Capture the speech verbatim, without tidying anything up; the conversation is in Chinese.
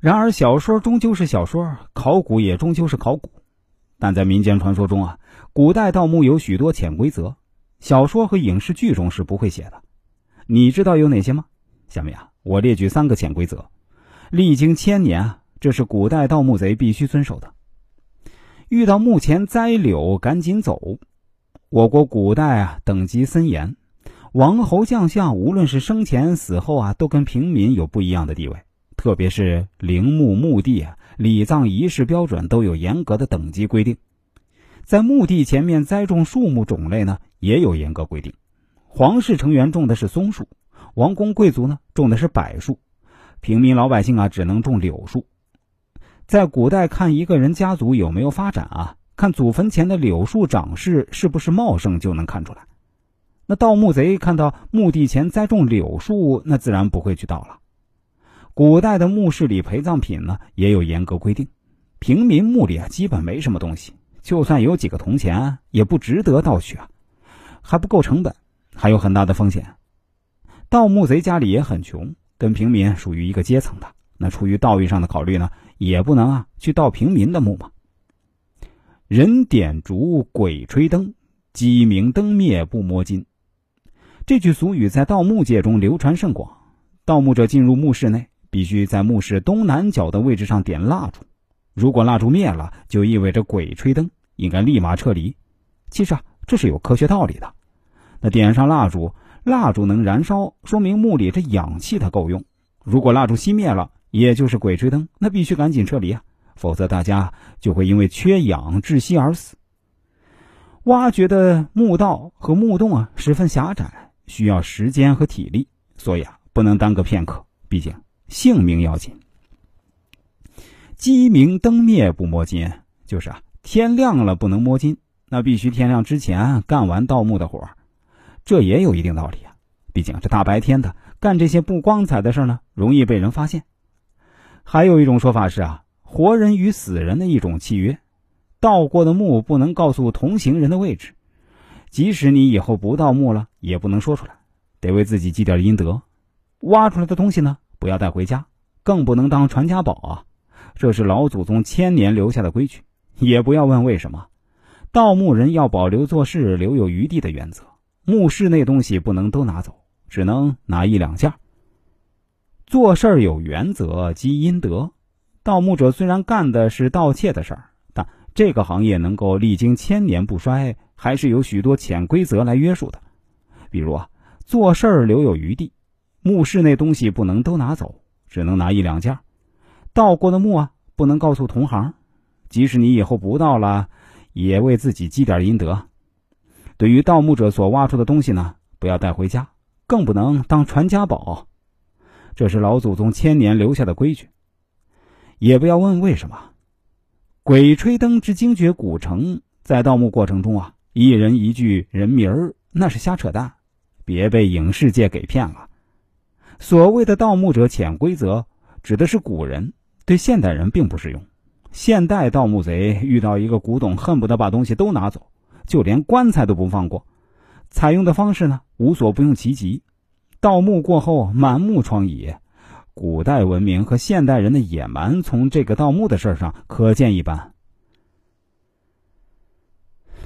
然而小说终究是小说，考古也终究是考古。但在民间传说中啊，古代盗墓有许多潜规则，小说和影视剧中是不会写的。你知道有哪些吗？下面啊，我列举三个潜规则，历经千年啊，这是古代盗墓贼必须遵守的。遇到墓前栽柳赶紧走。我国古代啊等级森严，王侯将相无论是生前死后啊，都跟平民有不一样的地位，特别是陵墓墓地啊，礼葬仪式标准都有严格的等级规定。在墓地前面栽种树木种类呢，也有严格规定。皇室成员种的是松树，王公贵族呢种的是柏树，平民老百姓啊只能种柳树。在古代看一个人家族有没有发展啊，看祖坟前的柳树长势是不是茂盛就能看出来。那盗墓贼看到墓地前栽种柳树，那自然不会去盗了。古代的墓室里陪葬品呢也有严格规定，平民墓里啊基本没什么东西，就算有几个铜钱也不值得盗取啊，还不够成本，还有很大的风险。盗墓贼家里也很穷，跟平民属于一个阶层的，那出于道义上的考虑呢，也不能啊去盗平民的墓嘛。人点烛鬼吹灯，鸡鸣灯灭不摸金。这句俗语在盗墓界中流传甚广。盗墓者进入墓室内，必须在墓室东南角的位置上点蜡烛，如果蜡烛灭了，就意味着鬼吹灯，应该立马撤离。其实啊，这是有科学道理的。那点上蜡烛，蜡烛能燃烧，说明墓里这氧气它够用。如果蜡烛熄灭了，也就是鬼吹灯，那必须赶紧撤离啊，否则大家就会因为缺氧窒息而死。挖掘的墓道和墓洞啊十分狭窄，需要时间和体力，所以啊不能耽搁片刻，毕竟性命要紧。鸡鸣灯灭不摸金，就是啊天亮了不能摸金，那必须天亮之前干完盗墓的活。这也有一定道理啊，毕竟这大白天的干这些不光彩的事呢，容易被人发现。还有一种说法是啊，活人与死人的一种契约，盗过的墓不能告诉同行人的位置，即使你以后不盗墓了，也不能说出来，得为自己积点阴德。挖出来的东西呢，不要带回家，更不能当传家宝啊，这是老祖宗千年留下的规矩。也不要问为什么，盗墓人要保留做事留有余地的原则，墓室内东西不能都拿走，只能拿一两件。做事有原则积阴德，盗墓者虽然干的是盗窃的事儿，但这个行业能够历经千年不衰，还是有许多潜规则来约束的。比如啊，做事留有余地，墓室内东西不能都拿走，只能拿一两件。盗过的墓啊，不能告诉同行，即使你以后不盗了，也为自己积点阴德。对于盗墓者所挖出的东西呢，不要带回家，更不能当传家宝，这是老祖宗千年留下的规矩。也不要问为什么。鬼吹灯之精绝古城，在盗墓过程中啊，一人一句人名儿，那是瞎扯淡，别被影视界给骗了。所谓的盗墓者潜规则，指的是古人，对现代人并不适用。现代盗墓贼遇到一个古董，恨不得把东西都拿走，就连棺材都不放过。采用的方式呢，无所不用其极。盗墓过后满目疮痍，古代文明和现代人的野蛮从这个盗墓的事上可见一斑。